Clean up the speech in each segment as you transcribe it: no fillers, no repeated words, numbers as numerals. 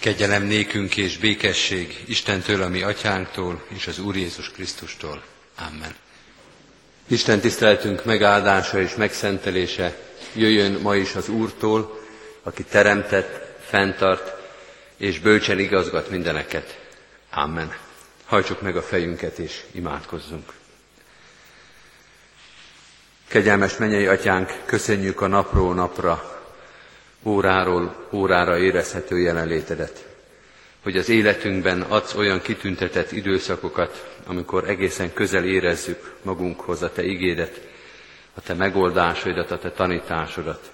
Kegyelem nékünk és békesség Istentől, a mi atyánktól, és az Úr Jézus Krisztustól. Amen. Isten tiszteletünk megáldása és megszentelése jöjjön ma is az Úrtól, aki teremtett, fenntart és bölcsen igazgat mindeneket. Amen. Hajtsuk meg a fejünket és imádkozzunk. Kegyelmes mennyei atyánk, köszönjük a napról napra, óráról órára érezhető jelenlétedet, hogy az életünkben adsz olyan kitüntetett időszakokat, amikor egészen közel érezzük magunkhoz a te igédet, a te megoldásaidat, a te tanításodat.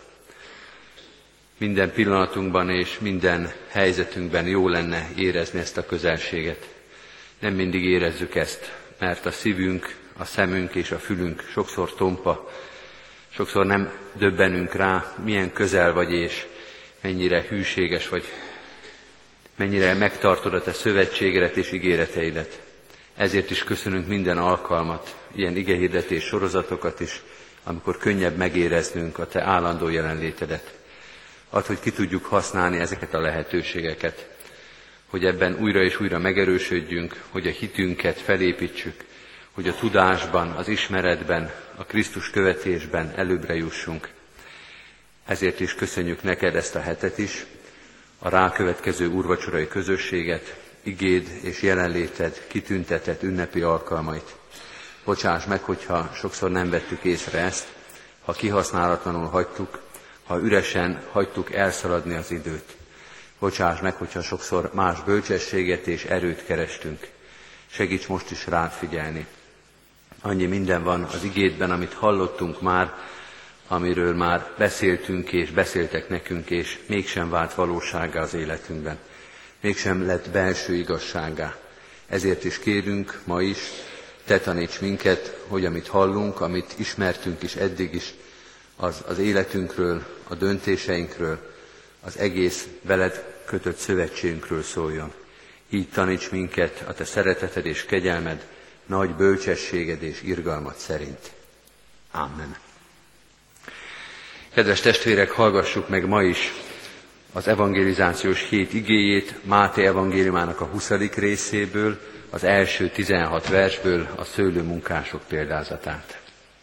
Minden pillanatunkban és minden helyzetünkben jó lenne érezni ezt a közelséget. Nem mindig érezzük ezt, mert a szívünk, a szemünk és a fülünk sokszor tompa, sokszor nem döbbenünk rá, milyen közel vagy és mennyire hűséges vagy, mennyire megtartod a te szövetségedet és ígéreteidet. Ezért is köszönünk minden alkalmat, ilyen igehirdetés sorozatokat is, amikor könnyebb megéreznünk a te állandó jelenlétedet. Add, hogy ki tudjuk használni ezeket a lehetőségeket, hogy ebben újra és újra megerősödjünk, hogy a hitünket felépítsük, hogy a tudásban, az ismeretben, a Krisztus követésben előbbre jussunk. Ezért is köszönjük neked ezt a hetet is, a rákövetkező úrvacsorai közösséget, igéd és jelenléted kitüntetett ünnepi alkalmait. Bocsáss meg, hogyha sokszor nem vettük észre ezt, ha kihasználatlanul hagytuk, ha üresen hagytuk elszaladni az időt. Bocsáss meg, hogyha sokszor más bölcsességet és erőt kerestünk. Segíts most is rád figyelni. Annyi minden van az igédben, amit hallottunk már, amiről már beszéltünk és beszéltek nekünk, és mégsem vált valósággá az életünkben. Mégsem lett belső igazsággá. Ezért is kérünk ma is, te taníts minket, hogy amit hallunk, amit ismertünk is eddig is, az életünkről, a döntéseinkről, az egész veled kötött szövetségünkről szóljon. Így taníts minket a te szereteted és kegyelmed, nagy bölcsességed és irgalmad szerint. Amen. Kedves testvérek, hallgassuk meg ma is az evangelizációs hét igéjét, Máté evangéliumának a 20. részéből, az első 16 versből, a szőlőmunkások példázatát.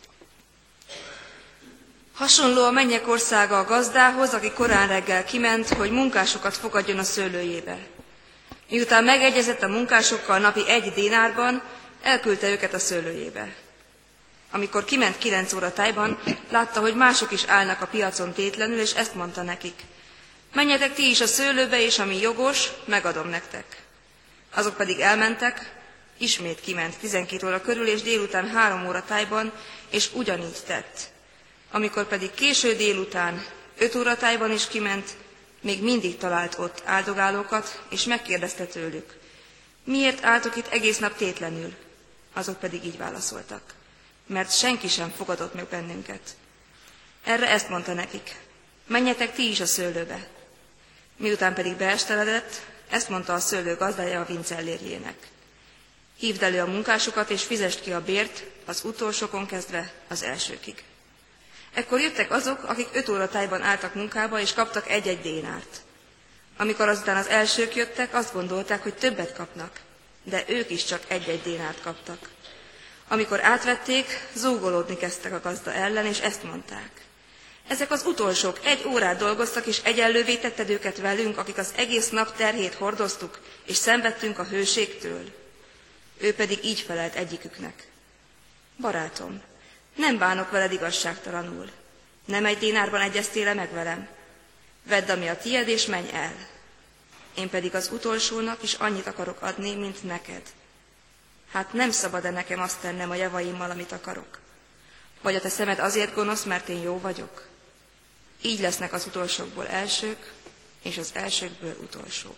Hasonló a mennyek országa a gazdához, aki korán reggel kiment, hogy munkásokat fogadjon a szőlőjébe. Miután megegyezett a munkásokkal napi 1 dinárban, elküldte őket a szőlőjébe. Amikor kiment 9 óra tájban, látta, hogy mások is állnak a piacon tétlenül, és ezt mondta nekik: menjetek ti is a szőlőbe, és ami jogos, megadom nektek. Azok pedig elmentek, ismét kiment 12 óra körül, és délután 3 óra tájban, és ugyanígy tett. Amikor pedig késő délután 5 óra tájban is kiment, még mindig talált ott áldogálókat, és megkérdezte tőlük: miért álltok itt egész nap tétlenül? Azok pedig így válaszoltak: mert senki sem fogadott meg bennünket. Erre ezt mondta nekik: menjetek ti is a szőlőbe. Miután pedig beesteledett, ezt mondta a szőlő gazdája a vincellérjének: hívd elő a munkásokat, és fizest ki a bért, az utolsókon kezdve az elsőkig. Ekkor jöttek azok, akik 5 óra tájban álltak munkába, és kaptak 1-1 dénárt. Amikor azután az elsők jöttek, azt gondolták, hogy többet kapnak, de ők is csak 1-1 dénárt kaptak. Amikor átvették, zúgolódni kezdtek a gazda ellen, és ezt mondták: ezek az utolsók 1 órát dolgoztak, és egyenlővé tetted őket velünk, akik az egész nap terhét hordoztuk, és szenvedtünk a hőségtől. Ő pedig így felelt egyiküknek: barátom, nem bánok veled igazságtalanul. Nem 1 dinárban egyeztél meg velem? Vedd, ami a tied, és menj el. Én pedig az utolsónak is annyit akarok adni, mint neked. Hát nem szabad-e nekem azt tennem a javaimmal, amit akarok? Vagy a te szemed azért gonosz, mert én jó vagyok? Így lesznek az utolsókból elsők, és az elsőkből utolsók.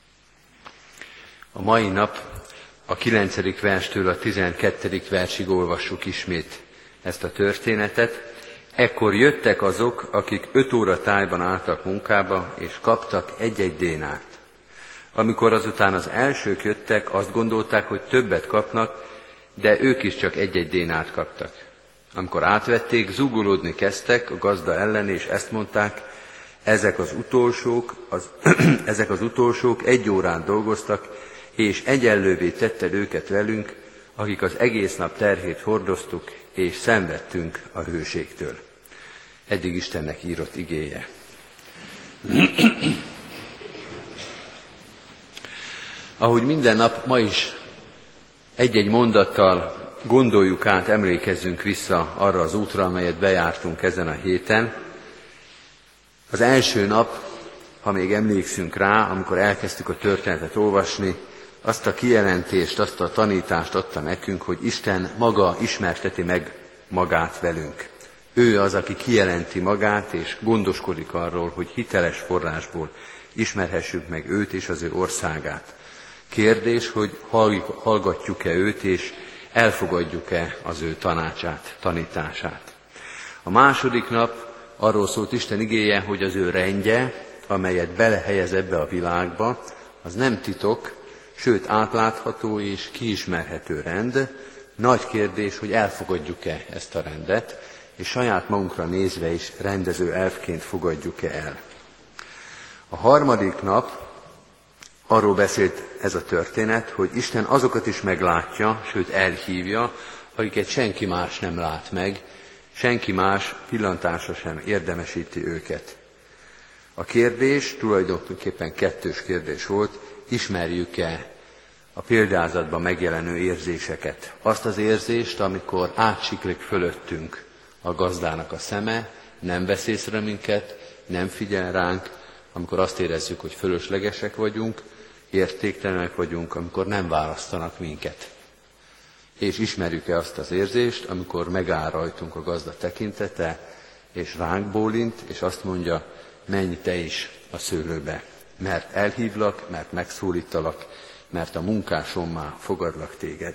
A mai nap a 9. verstől a 12. versig olvassuk ismét ezt a történetet. Ekkor jöttek azok, akik 5 óra tájban álltak munkába, és kaptak 1-1 dénárt. Amikor azután az elsők jöttek, azt gondolták, hogy többet kapnak, de ők is csak 1-1 dénárt kaptak. Amikor átvették, zúgolódni kezdtek a gazda ellen, és ezt mondták: ezek az utolsók 1 órán dolgoztak, és egyenlővé tetted őket velünk, akik az egész nap terhét hordoztuk, és szenvedtünk a hőségtől. Eddig Istennek írott igéje. Ahogy minden nap, ma is egy-egy mondattal gondoljuk át, emlékezzünk vissza arra az útra, amelyet bejártunk ezen a héten. Az első nap, ha még emlékszünk rá, amikor elkezdtük a történetet olvasni, azt a kijelentést, azt a tanítást adta nekünk, hogy Isten maga ismerteti meg magát velünk. Ő az, aki kijelenti magát, és gondoskodik arról, hogy hiteles forrásból ismerhessük meg őt és az ő országát. Kérdés, hogy hallgatjuk-e őt, és elfogadjuk-e az ő tanácsát, tanítását. A második nap arról szólt Isten igéje, hogy az ő rendje, amelyet belehelyez ebbe a világba, az nem titok, sőt átlátható és kiismerhető rend. Nagy kérdés, hogy elfogadjuk-e ezt a rendet, és saját magunkra nézve is rendező elfként fogadjuk-e el. A harmadik nap arról beszélt ez a történet, hogy Isten azokat is meglátja, sőt elhívja, akiket senki más nem lát meg, senki más pillantása sem érdemesíti őket. A kérdés tulajdonképpen kettős kérdés volt, ismerjük-e a példázatban megjelenő érzéseket. Azt az érzést, amikor átsiklik fölöttünk a gazdának a szeme, nem vesz észre minket, nem figyel ránk, amikor azt érezzük, hogy fölöslegesek vagyunk, értéktelenek vagyunk, amikor nem választanak minket. És ismerjük-e azt az érzést, amikor megáll rajtunk a gazda tekintete, és ránk bólint, és azt mondja, menj te is a szőlőbe, mert elhívlak, mert megszólítalak, mert a munkásommá fogadlak téged.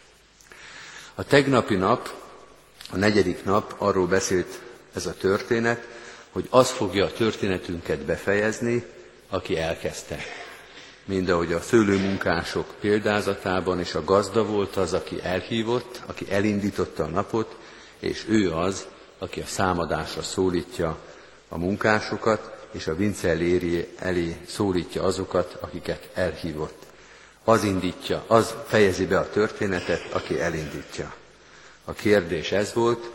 A tegnapi nap, a 4. nap arról beszélt ez a történet, hogy az fogja a történetünket befejezni, aki elkezdte. Mind ahogy a szőlőmunkások példázatában, és a gazda volt az, aki elhívott, aki elindította a napot, és ő az, aki a számadásra szólítja a munkásokat, és a vince elé szólítja azokat, akiket elhívott. Az fejezi be a történetet, aki elindítja. A kérdés ez volt,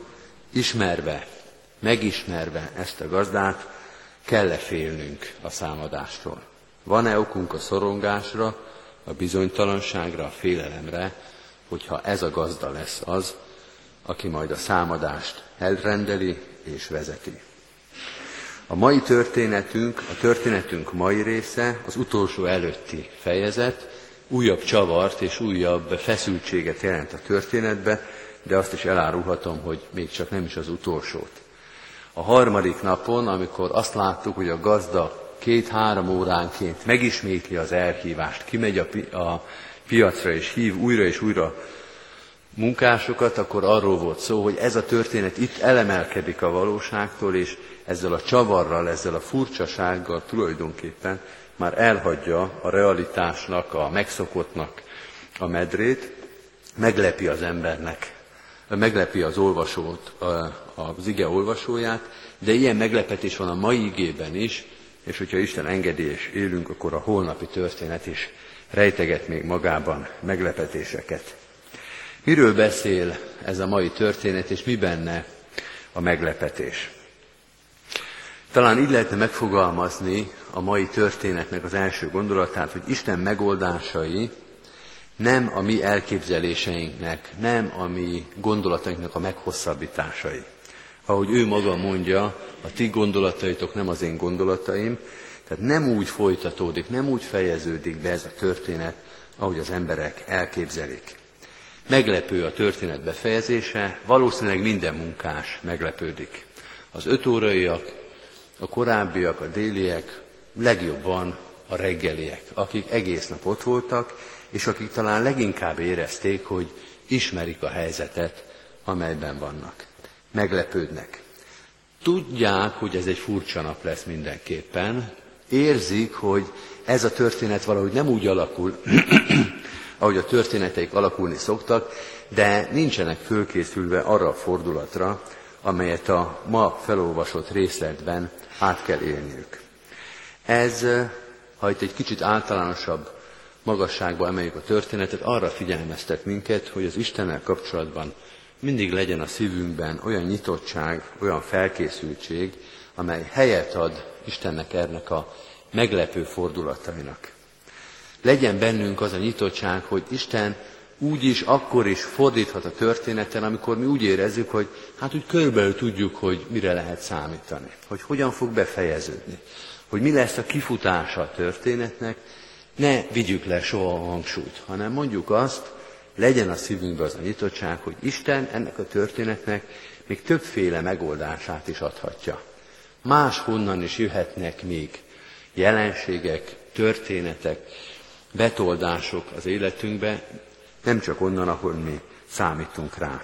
megismerve ezt a gazdát, kell-e félnünk a számadástól? Van-e okunk a szorongásra, a bizonytalanságra, a félelemre, hogyha ez a gazda lesz az, aki majd a számadást elrendeli és vezeti? A mai történetünk, a történetünk mai része, az utolsó előtti fejezet, újabb csavart és újabb feszültséget jelent a történetbe, de azt is elárulhatom, hogy még csak nem is az utolsót. A harmadik napon, amikor azt láttuk, hogy a gazda 2-3 óránként megismétli az elhívást, kimegy a piacra és hív újra és újra munkásokat, akkor arról volt szó, hogy ez a történet itt elemelkedik a valóságtól, és ezzel a csavarral, ezzel a furcsasággal tulajdonképpen már elhagyja a realitásnak, a megszokottnak a medrét, meglepi az embernek, meglepi az olvasót, az ige olvasóját, de ilyen meglepetés van a mai igében is, és hogyha Isten engedi és élünk, akkor a holnapi történet is rejteget még magában meglepetéseket. Miről beszél ez a mai történet, és mi benne a meglepetés? Talán így lehetne megfogalmazni a mai történetnek az első gondolatát, hogy Isten megoldásai nem a mi elképzeléseinknek, nem a mi gondolatainknak a meghosszabbításai. Ahogy ő maga mondja, a ti gondolataitok nem az én gondolataim, tehát nem úgy folytatódik, nem úgy fejeződik be ez a történet, ahogy az emberek elképzelik. Meglepő a történet befejezése, valószínűleg minden munkás meglepődik. Az 5 óraiak, a korábbiak, a déliek, legjobban a reggeliek, akik egész nap ott voltak, és akik talán leginkább érezték, hogy ismerik a helyzetet, amelyben vannak. Meglepődnek. Tudják, hogy ez egy furcsa nap lesz mindenképpen, érzik, hogy ez a történet valahogy nem úgy alakul, ahogy a történeteik alakulni szoktak, de nincsenek fölkészülve arra a fordulatra, amelyet a ma felolvasott részletben át kell élniük. Ez, ha itt egy kicsit általánosabb magasságba emeljük a történetet, arra figyelmeztet minket, hogy az Istennel kapcsolatban mindig legyen a szívünkben olyan nyitottság, olyan felkészültség, amely helyet ad Istennek ennek a meglepő fordulatainak. Legyen bennünk az a nyitottság, hogy Isten úgy is, akkor is fordíthat a történeten, amikor mi úgy érezzük, hogy hát úgy körülbelül tudjuk, hogy mire lehet számítani, hogy hogyan fog befejeződni, hogy mi lesz a kifutása a történetnek. Ne vigyük le soha a hangsúlyt, hanem mondjuk azt, legyen a szívünkben az a nyitottság, hogy Isten ennek a történetnek még többféle megoldását is adhatja. Máshonnan is jöhetnek még jelenségek, történetek, betoldások az életünkbe, nem csak onnan, ahol mi számítunk rá.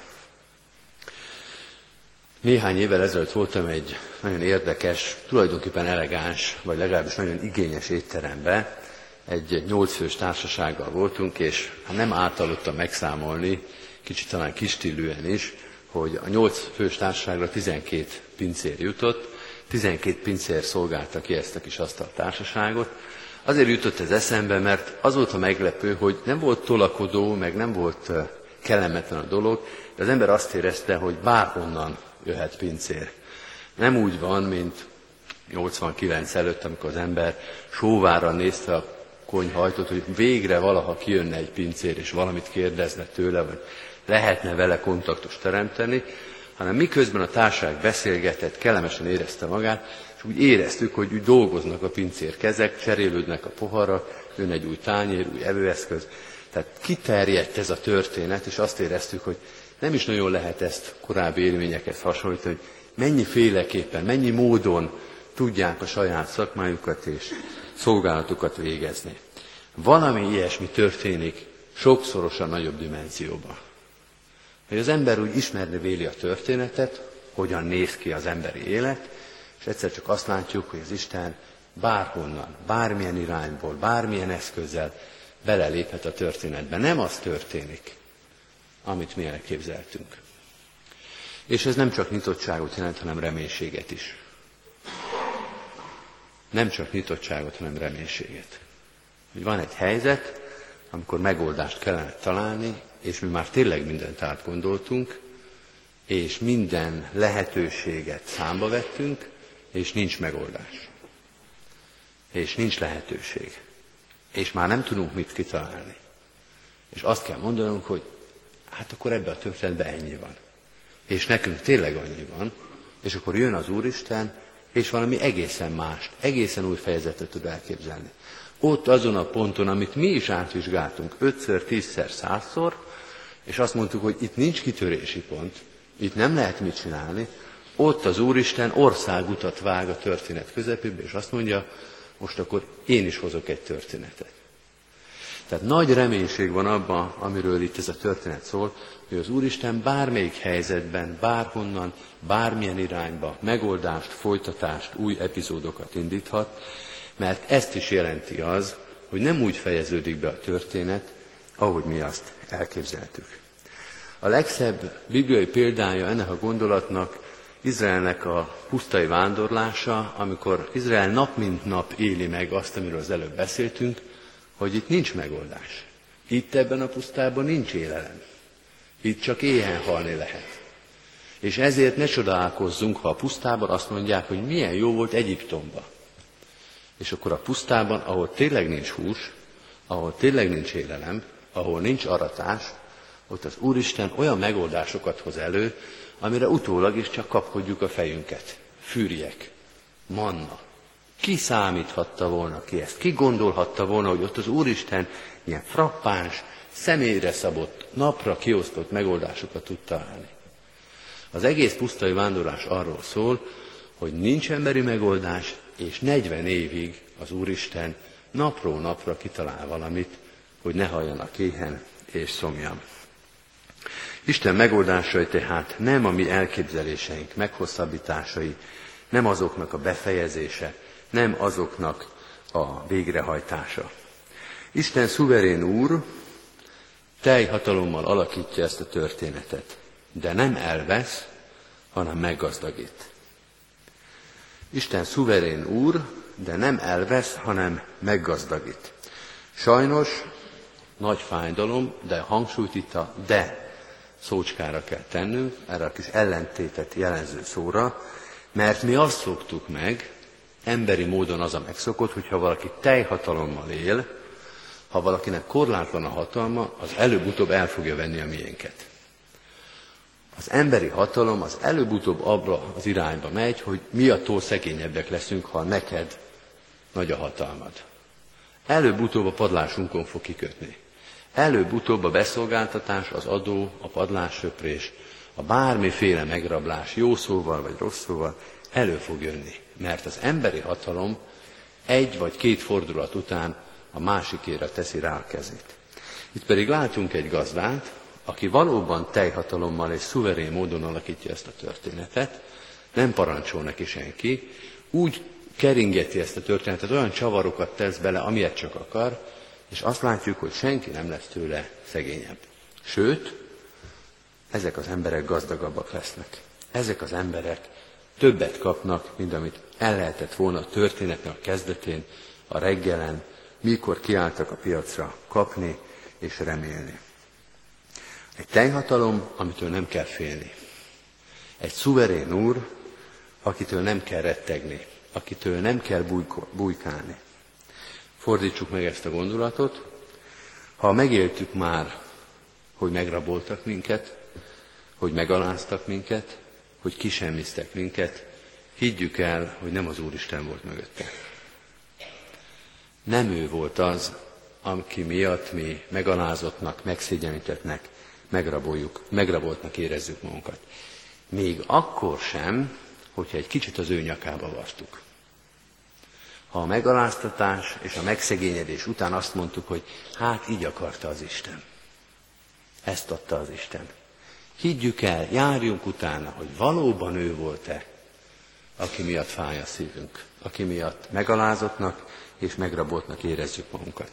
Néhány évvel ezelőtt voltam egy nagyon érdekes, tulajdonképpen elegáns, vagy legalábbis nagyon igényes étteremben. Egy 8 fős társasággal voltunk, és nem általottam megszámolni, kicsit talán kistillűen is, hogy a 8 fős társaságra 12 pincér jutott, 12 pincér szolgálta ki ezt a kis asztaltársaságot. Azért jutott ez eszembe, mert az volt a meglepő, hogy nem volt tolakodó, meg nem volt kellemetlen a dolog, de az ember azt érezte, hogy bárhonnan jöhet pincér. Nem úgy van, mint 89 előtt, amikor az ember sóvára nézte a konyhajtót, hogy végre valaha kijönne egy pincér, és valamit kérdezne tőle, vagy lehetne vele kontaktust teremteni, hanem miközben a társaság beszélgetett, kellemesen érezte magát, és úgy éreztük, hogy úgy dolgoznak a pincér kezek, cserélődnek a poharak, jön egy új tányér, új evőeszköz. Tehát kiterjedt ez a történet, és azt éreztük, hogy nem is nagyon lehet ezt korábbi élményekhez hasonlítani, hogy mennyiféleképpen, mennyi módon tudják a saját szakmájukat és szolgálatukat végezni. Valami ilyesmi történik sokszorosan nagyobb dimenzióban. Hogy az ember úgy ismerni véli a történetet, hogyan néz ki az emberi élet, és egyszer csak azt látjuk, hogy az Isten bárhonnan, bármilyen irányból, bármilyen eszközzel beleléphet a történetbe. Nem az történik, amit mi elképzeltünk. És ez nem csak nyitottságot jelent, hanem reménységet is. Nem csak nyitottságot, hanem reménységet. Hogy van egy helyzet, amikor megoldást kellene találni, és mi már tényleg mindent átgondoltunk, és minden lehetőséget számba vettünk, és nincs megoldás. És nincs lehetőség. És már nem tudunk mit kitalálni. És azt kell mondanunk, hogy hát akkor ebben a történetben ennyi van. És nekünk tényleg annyi van, és akkor jön az Úristen, és valami egészen mást, egészen új fejezetet tud elképzelni. Ott azon a ponton, amit mi is átvizsgáltunk 5-szer, 10-szer, 100-szor, és azt mondtuk, hogy itt nincs kitörési pont, itt nem lehet mit csinálni, ott az Úristen országutat vág a történet közepébe, és azt mondja, most akkor én is hozok egy történetet. Tehát nagy reménység van abban, amiről itt ez a történet szól, hogy az Úristen bármelyik helyzetben, bárhonnan, bármilyen irányba megoldást, folytatást, új epizódokat indíthat, mert ezt is jelenti az, hogy nem úgy fejeződik be a történet, ahogy mi azt elképzeltük. A legszebb bibliai példája ennek a gondolatnak Izraelnek a pusztai vándorlása, amikor Izrael nap mint nap éli meg azt, amiről az előbb beszéltünk, hogy itt nincs megoldás. Itt ebben a pusztában nincs élelem. Itt csak éhen halni lehet. És ezért ne csodálkozzunk, ha a pusztában azt mondják, hogy milyen jó volt Egyiptomban. És akkor a pusztában, ahol tényleg nincs hús, ahol tényleg nincs élelem, ahol nincs aratás, ott az Úristen olyan megoldásokat hoz elő, amire utólag is csak kapkodjuk a fejünket. Fűrjek, manna. Ki számíthatta volna ki ezt? Ki gondolhatta volna, hogy ott az Úristen ilyen frappáns, személyre szabott, napra kiosztott megoldásokat tud találni? Az egész pusztai vándorlás arról szól, hogy nincs emberi megoldás, és 40 évig az Úristen napról napra kitalál valamit, hogy ne halljanak éhen és szomjan. Isten megoldásai tehát nem a mi elképzeléseink meghosszabbításai, nem azoknak a befejezése, nem azoknak a végrehajtása. Isten szuverén Úr teljhatalommal alakítja ezt a történetet, de nem elvesz, hanem meggazdagít. Isten szuverén úr, de nem elvesz, hanem meggazdagít. Sajnos nagy fájdalom, de hangsúlyt itt a de szócskára kell tennünk, erre a kis ellentétet jelenző szóra, mert mi azt szoktuk meg, emberi módon az a megszokott, hogyha valaki teljhatalommal él, ha valakinek korlátlan a hatalma, az előbb-utóbb el fogja venni a miénket. Az emberi hatalom az előbb-utóbb abba az irányba megy, hogy mi attól szegényebbek leszünk, ha neked nagy a hatalmad. Előbb-utóbb a padlásunkon fog kikötni. Előbb-utóbb a beszolgáltatás, az adó, a padlássöprés, a bármiféle megrablás, jó szóval vagy rossz szóval elő fog jönni. Mert az emberi hatalom egy vagy két fordulat után a másikére teszi rá a kezét. Itt pedig látunk egy gazdát, aki valóban teljhatalommal és szuverén módon alakítja ezt a történetet, nem parancsol neki senki, úgy keringeti ezt a történetet, olyan csavarokat tesz bele, amilyet csak akar, és azt látjuk, hogy senki nem lesz tőle szegényebb. Sőt, ezek az emberek gazdagabbak lesznek. Ezek az emberek többet kapnak, mint amit el lehetett volna a történetnek a kezdetén, a reggelen, mikor kiálltak a piacra kapni és remélni. Egy teljhatalom, amitől nem kell félni. Egy szuverén úr, akitől nem kell rettegni, akitől nem kell bujkálni. Fordítsuk meg ezt a gondolatot. Ha megéltük már, hogy megraboltak minket, hogy megaláztak minket, hogy kisemmiztek minket, higgyük el, hogy nem az Úristen volt mögötte. Nem ő volt az, aki miatt mi megalázottnak, megszégyenítettnek, megraboltnak érezzük magunkat. Még akkor sem, hogyha egy kicsit az ő nyakába vartuk. Ha a megaláztatás és a megszegényedés után azt mondtuk, hogy hát így akarta az Isten. Ezt adta az Isten. Higgyük el, járjunk utána, hogy valóban ő volt-e, aki miatt fáj a szívünk, aki miatt megalázottnak és megraboltnak érezzük magunkat.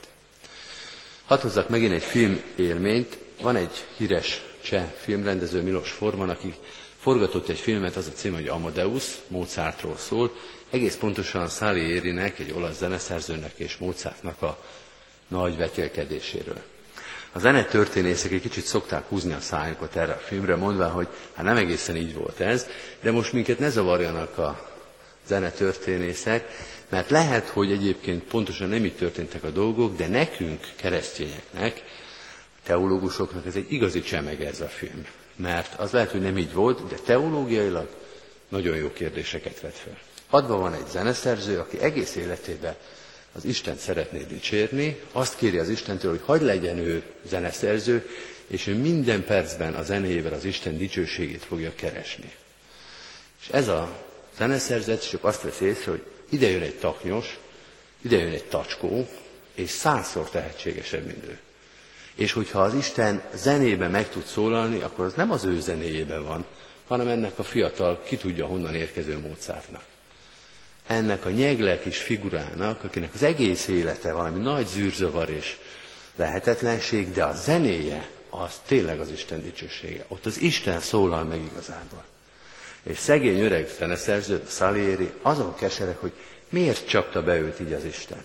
Hadd hozzak megint egy filmélményt. Van egy híres cseh filmrendező, Milos Forman, aki forgatott egy filmet, az a cím, hogy Amadeus, Mozartról szól, egész pontosan Salierinek, egy olasz zeneszerzőnek és Mozartnak a nagy vetélkedéséről. A zenetörténészek egy kicsit szokták húzni a szájukat erre a filmre, mondva, hogy hát nem egészen így volt ez, de most minket ne zavarjanak a zenetörténészek, mert lehet, hogy egyébként pontosan nem így történtek a dolgok, de nekünk, keresztényeknek, teológusoknak ez egy igazi csemege ez a film. Mert az lehet, hogy nem így volt, de teológiailag nagyon jó kérdéseket vet fel. Adva van egy zeneszerző, aki egész életében az Istent szeretné dicsérni, azt kéri az Istentől, hogy hadd legyen ő zeneszerző, és ő minden percben a zenéjével az Isten dicsőségét fogja keresni. És ez a zeneszerző csak azt vesz észre, hogy ide jön egy taknyos, ide jön egy tacskó, és 100-szor tehetségesebb, mint ő. És hogyha az Isten zenében meg tud szólalni, akkor az nem az ő zenéjében van, hanem ennek a fiatal, ki tudja honnan érkező Mozartnak. Ennek a nyegle kis figurának, akinek az egész élete valami nagy zűrzavar és lehetetlenség, de a zenéje az tényleg az Isten dicsősége. Ott az Isten szólal meg igazából. És szegény öreg zeneszerző, Salieri, azon kesereg, hogy miért csapta be őt így az Isten.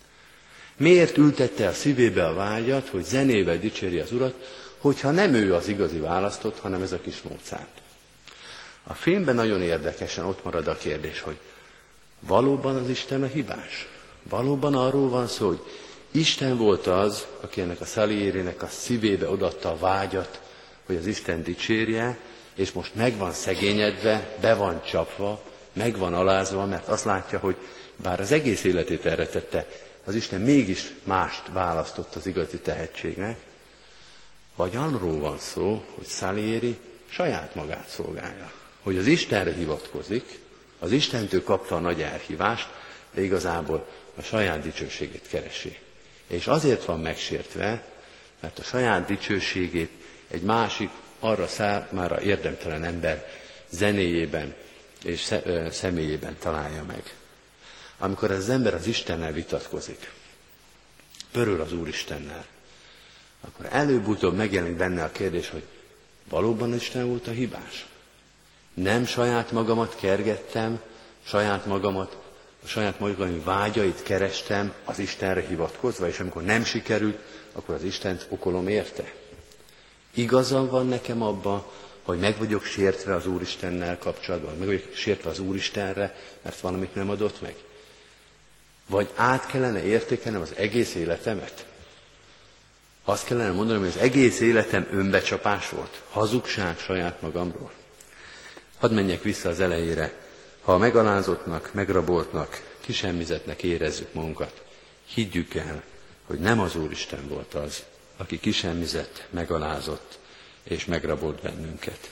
Miért ültette a szívébe a vágyat, hogy zenével dicséri az Urat, hogyha nem ő az igazi választott, hanem ez a kis Mozart. A filmben nagyon érdekesen ott marad a kérdés, hogy valóban az Isten a hibás? Valóban arról van szó, hogy Isten volt az, aki ennek a Salierinek a szívébe odatta a vágyat, hogy az Isten dicsérje, és most meg van szegényedve, be van csapva, meg van alázva, mert azt látja, hogy bár az egész életét erre tette, az Isten mégis mást választott az igazi tehetségnek, vagy arról van szó, hogy Salieri saját magát szolgálja, hogy az Istenre hivatkozik, az Istentől kapta a nagy elhívást, de igazából a saját dicsőségét keresi. És azért van megsértve, mert a saját dicsőségét egy másik, arra számára érdemtelen ember zenéjében és személyében találja meg. Amikor az ember az Istennel vitatkozik, pöröl az Úristennel, akkor előbb-utóbb megjelenik benne a kérdés, hogy valóban Isten volt a hibás? Nem saját magamat kergettem, saját magam vágyait kerestem az Istenre hivatkozva, és amikor nem sikerült, akkor az Istent okolom érte. Igazam van nekem abban, hogy meg vagyok sértve az Úristennel kapcsolatban, meg vagyok sértve az Úristenre, mert valamit nem adott meg? Vagy át kellene értékelnem az egész életemet? Azt kellene mondanom, hogy az egész életem önbecsapás volt, hazugság saját magamról. Hadd menjek vissza az elejére. Ha a megalázottnak, megraboltnak, kisemmizetnek érezzük magunkat, higgyük el, hogy nem az Úristen volt az, aki kisemmizett, megalázott és megrabolt bennünket.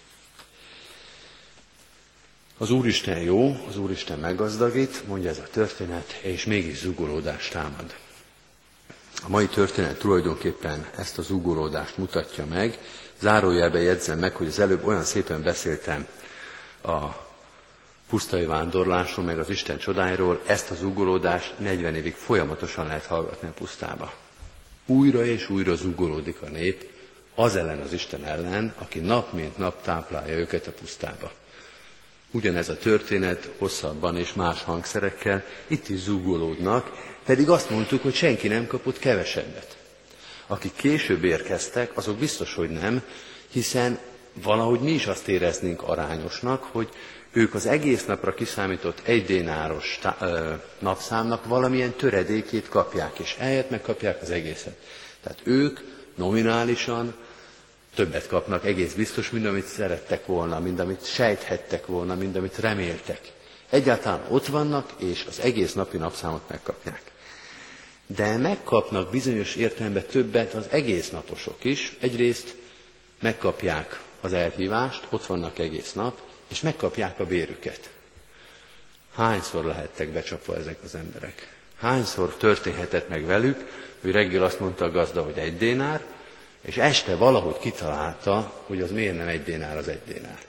Az Úristen jó, az Úristen meggazdagít, mondja ez a történet, és mégis zúgolódást támad. A mai történet tulajdonképpen ezt a zúgolódást mutatja meg. Zárójelben jegyzem meg, hogy az előbb olyan szépen beszéltem a pusztai vándorlásról, meg az Isten csodáiról, ezt a zúgolódást 40 évig folyamatosan lehet hallgatni a pusztába. Újra és újra zúgolódik a nép az ellen, az Isten ellen, aki nap mint nap táplálja őket a pusztába. Ugyanez a történet hosszabban és más hangszerekkel itt is zúgolódnak, pedig azt mondtuk, hogy senki nem kapott kevesebbet. Akik később érkeztek, azok biztos, hogy nem, hiszen valahogy mi is azt éreznénk arányosnak, hogy ők az egész napra kiszámított 1 dénáros napszámnak valamilyen töredékét kapják, és eljött megkapják az egészet. Tehát ők nominálisan többet kapnak, egész biztos, mint amit szerettek volna, mint amit sejthettek volna, mint amit reméltek. Egyáltalán ott vannak, és az egész napi napszámot megkapják. De megkapnak bizonyos értelemben többet az egész naposok is. Egyrészt megkapják az elhívást, ott vannak egész nap, és megkapják a bérüket. Hányszor lehettek becsapva ezek az emberek? Hányszor történhetett meg velük, hogy reggel azt mondta a gazda, hogy 1 dénár, és este valahogy kitalálta, hogy az miért nem 1 dénár, az 1 dénár.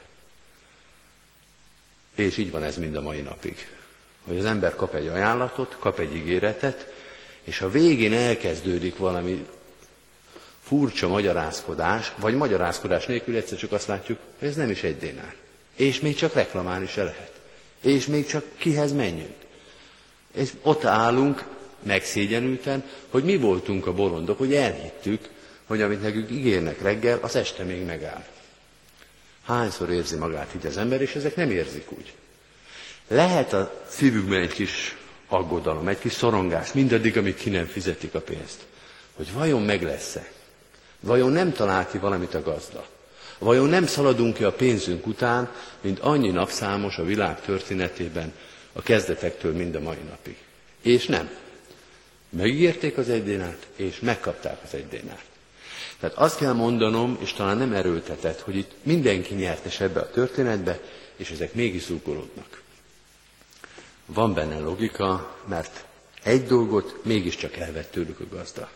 És így van ez mind a mai napig. Hogy az ember kap egy ajánlatot, kap egy ígéretet, és a végén elkezdődik valami furcsa magyarázkodás, vagy magyarázkodás nélkül egyszer csak azt látjuk, hogy ez nem is 1 dénár. És még csak reklamálni se lehet. És még csak kihez menjünk. És ott állunk megszégyenülten, hogy mi voltunk a bolondok, hogy elhittük, hogy amit nekünk ígérnek reggel, az este még megáll. Hányszor érzi magát így az ember, és ezek nem érzik úgy. Lehet a szívükben egy kis aggodalom, egy kis szorongás, mindaddig, amíg ki nem fizetik a pénzt. Hogy vajon meg lesz-e? Vajon nem talál ki valamit a gazda? Vajon nem szaladunk ki a pénzünk után, mint annyi napszámos a világ történetében, a kezdetektől mind a mai napig? És nem. Megígérték az 1 dénárt, és megkapták az 1 dénárt. Tehát azt kell mondanom, és talán nem erőltetett, hogy itt mindenki nyertes ebbe a történetbe, és ezek mégis zúgolódnak. Van benne logika, mert egy dolgot mégiscsak elvett tőlük a gazda.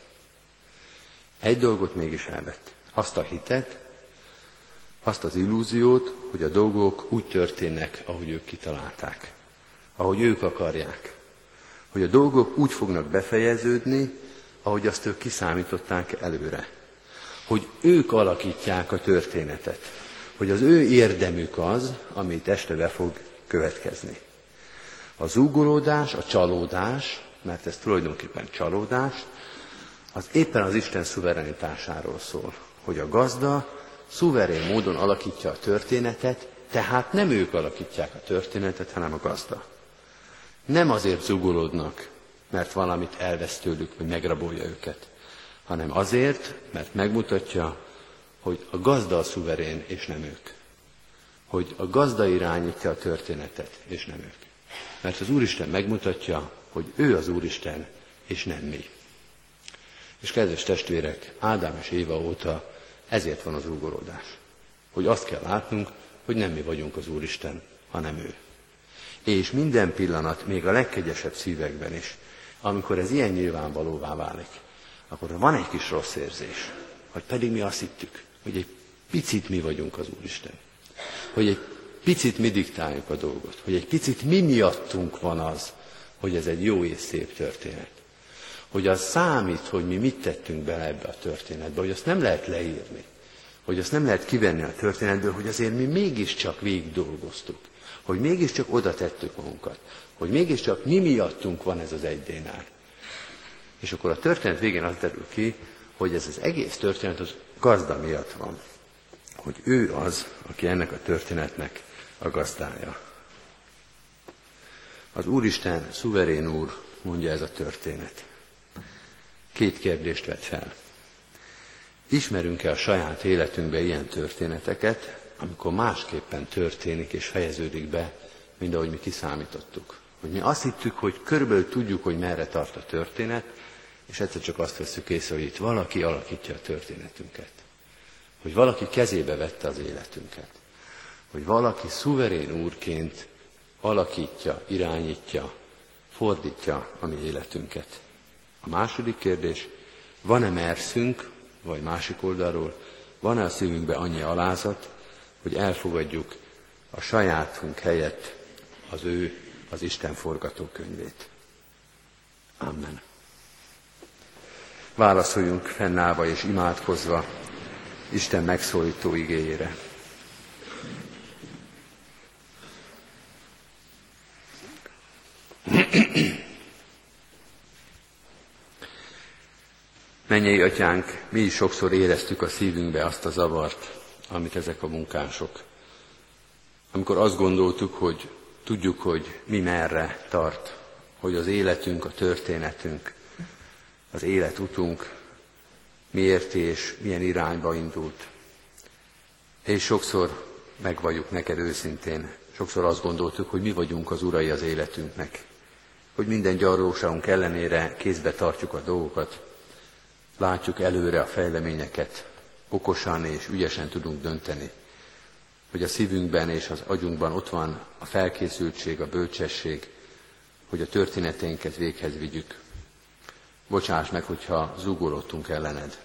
Egy dolgot mégis elvett. Azt a hitet, azt az illúziót, hogy a dolgok úgy történnek, ahogy ők kitalálták. Ahogy ők akarják. Hogy a dolgok úgy fognak befejeződni, ahogy azt ők kiszámították előre. Hogy ők alakítják a történetet. Hogy az ő érdemük az, amit este be fog következni. A zúgolódás, a csalódás, mert ez tulajdonképpen csalódás, az éppen az Isten szuverenitásáról szól. Hogy a gazda szuverén módon alakítja a történetet, tehát nem ők alakítják a történetet, hanem a gazda. Nem azért zúgolódnak, mert valamit elvesz tőlük, vagy megrabolja őket, hanem azért, mert megmutatja, hogy a gazda a szuverén, és nem ők. Hogy a gazda irányítja a történetet, és nem ők. Mert az Úristen megmutatja, hogy ő az Úristen, és nem mi. És kedves testvérek, Ádám és Éva óta ezért van az zúgolódás. Hogy azt kell látnunk, hogy nem mi vagyunk az Úristen, hanem ő. És minden pillanat, még a legkegyesebb szívekben is, amikor ez ilyen nyilvánvalóvá válik, akkor van egy kis rossz érzés, hogy pedig mi azt hittük, hogy egy picit mi vagyunk az Úristen. Hogy egy picit mi diktáljuk a dolgot. Hogy egy picit mi miattunk van az, hogy ez egy jó és szép történet. Hogy az számít, hogy mi mit tettünk bele ebbe a történetbe, hogy azt nem lehet leírni. hogy azt nem lehet kivenni a történetből, hogy azért mi mégiscsak végig dolgoztuk, hogy mégiscsak oda tettük magunkat, hogy mégiscsak mi miattunk van ez az 1 dénár. És akkor a történet végén az derül ki, hogy ez az egész történet az gazda miatt van. Hogy ő az, aki ennek a történetnek a gazdája. Az Úristen, szuverén Úr, mondja ez a történet. 2 kérdést vet fel. Ismerünk-e a saját életünkbe ilyen történeteket, amikor másképpen történik és fejeződik be, mint ahogy mi kiszámítottuk? Hogy mi azt hittük, hogy körülbelül tudjuk, hogy merre tart a történet, és egyszer csak azt veszük észre, hogy itt valaki alakítja a történetünket. Hogy valaki kezébe vette az életünket. Hogy valaki szuverén úrként alakítja, irányítja, fordítja a mi életünket. A második kérdés, van-e merszünk, vagy másik oldalról, van-e a szívünkben annyi alázat, hogy elfogadjuk a sajátunk helyett az Isten forgatókönyvét. Amen. Válaszoljunk fennállva és imádkozva Isten megszólító igéjére. Mennyei Atyánk, mi is sokszor éreztük a szívünkbe azt a zavart, amit ezek a munkások. Amikor azt gondoltuk, hogy tudjuk, hogy mi merre tart, hogy az életünk, a történetünk, az életutunk miért és milyen irányba indult. És sokszor megvalljuk neked őszintén, sokszor azt gondoltuk, hogy mi vagyunk az urai az életünknek, hogy minden gyarlóságunk ellenére kézbe tartjuk a dolgokat, látjuk előre a fejleményeket, okosan és ügyesen tudunk dönteni, hogy a szívünkben és az agyunkban ott van a felkészültség, a bölcsesség, hogy a történeteinket véghez vigyük. Bocsáss meg, hogyha zúgolódtunk ellened.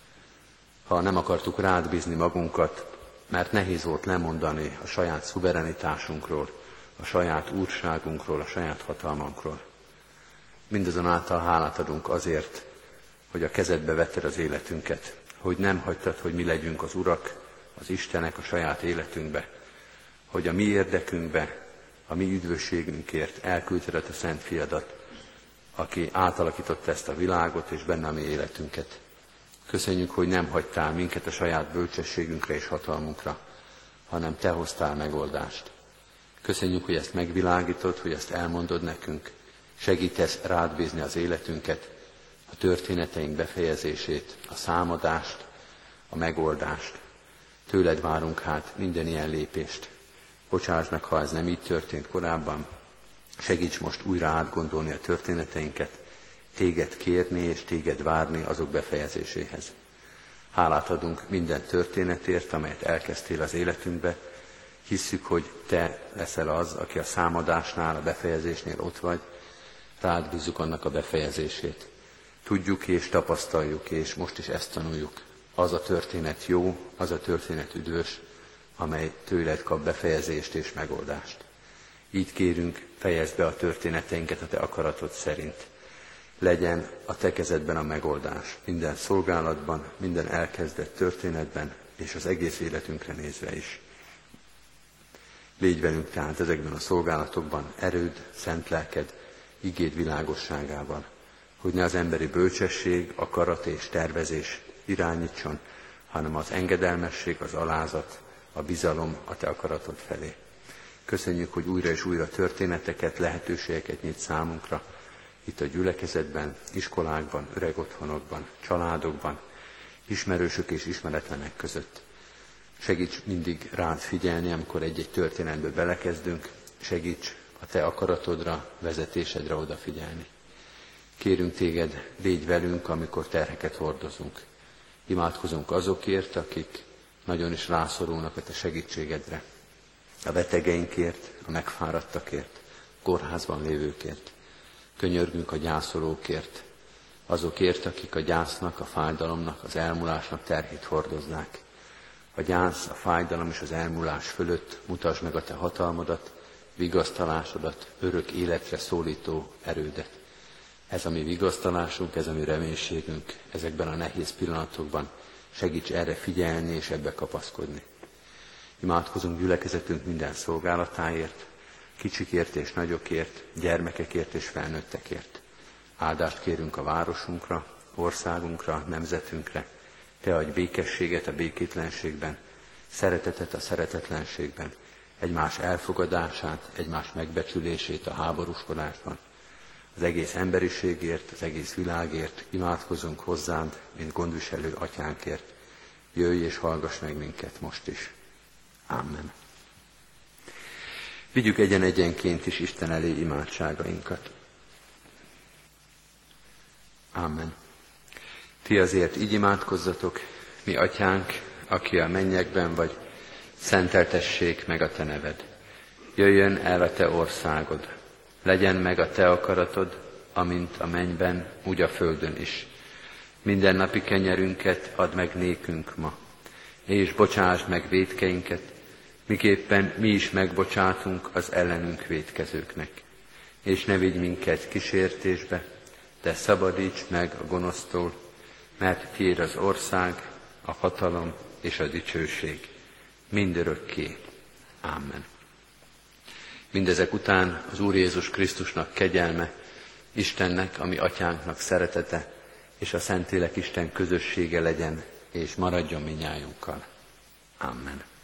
Ha nem akartuk rád bízni magunkat, mert nehéz volt lemondani a saját szuverenitásunkról, a saját úrságunkról, a saját hatalmunkról. Mindazonáltal hálát adunk azért, hogy a kezedbe vetted az életünket, hogy nem hagytad, hogy mi legyünk az urak, az Istenek a saját életünkbe, hogy a mi érdekünkbe, a mi üdvösségünkért elküldted a Szent Fiadat, aki átalakította ezt a világot és benne a mi életünket. Köszönjük, hogy nem hagytál minket a saját bölcsességünkre és hatalmunkra, hanem te hoztál megoldást. Köszönjük, hogy ezt megvilágítod, hogy ezt elmondod nekünk, segítesz rád bízni az életünket, a történeteink befejezését, a számadást, a megoldást. Tőled várunk hát minden ilyen lépést. Bocsáss meg, ha ez nem így történt korábban. Segíts most újra átgondolni a történeteinket, téged kérni és téged várni azok befejezéséhez. Hálát adunk minden történetért, amelyet elkezdtél az életünkbe. Hisszük, hogy te leszel az, aki a számadásnál, a befejezésnél ott vagy. Rád bízzuk annak a befejezését. Tudjuk és tapasztaljuk, és most is ezt tanuljuk. Az a történet jó, az a történet üdvös, amely tőled kap befejezést és megoldást. Így kérünk, fejezd be a történeteinket a te akaratod szerint. Legyen a te kezedben a megoldás minden szolgálatban, minden elkezdett történetben, és az egész életünkre nézve is. Légy velünk tehát ezekben a szolgálatokban erőd, szent lelked, igéd világosságában, hogy ne az emberi bölcsesség, akarat és tervezés irányítson, hanem az engedelmesség, az alázat, a bizalom a te akaratod felé. Köszönjük, hogy újra és újra történeteket, lehetőségeket nyit számunkra, itt a gyülekezetben, iskolákban, öreg otthonokban, családokban, ismerősök és ismeretlenek között. Segíts mindig rád figyelni, amikor egy-egy történetbe belekezdünk, segíts a te akaratodra, vezetésedre odafigyelni. Kérünk téged, légy velünk, amikor terheket hordozunk. Imádkozunk azokért, akik nagyon is rászorulnak a te segítségedre. A betegeinkért, a megfáradtakért, kórházban lévőkért. Könyörgünk a gyászolókért, azokért, akik a gyásznak, a fájdalomnak, az elmúlásnak terhét hordoznák. A gyász, a fájdalom és az elmúlás fölött mutasd meg a te hatalmadat, vigasztalásodat, örök életre szólító erődet. Ez a mi vigasztalásunk, ez a mi reménységünk ezekben a nehéz pillanatokban. segíts erre figyelni és ebbe kapaszkodni. Imádkozunk gyülekezetünk minden szolgálatáért, kicsikért és nagyokért, gyermekekért és felnőttekért. Áldást kérünk a városunkra, országunkra, nemzetünkre. Te adj békességet a békétlenségben, szeretetet a szeretetlenségben, egymás elfogadását, egymás megbecsülését a háborúskodásban. Az egész emberiségért, az egész világért imádkozunk hozzád, mint gondviselő atyánkért. Jöjj és hallgass meg minket most is. Amen. Vigyük egyenként is Isten elé imádságainkat. Amen. Ti azért így imádkozzatok, mi atyánk, aki a mennyekben vagy, szenteltessék meg a te neved. Jöjjön el a te országod, legyen meg a te akaratod, amint a mennyben, úgy a földön is. Minden napi kenyerünket add meg nékünk ma, és bocsásd meg vétkeinket, miképpen mi is megbocsátunk az ellenünk vétkezőknek. És ne vigy minket kísértésbe, de szabadíts meg a gonosztól, mert tiéd az ország, a hatalom és a dicsőség mindörökké. Amen. Mindezek után az Úr Jézus Krisztusnak kegyelme, Istennek, ami atyánknak szeretete, és a Szentlélek Isten közössége legyen, és maradjon minnyájunkkal. Amen.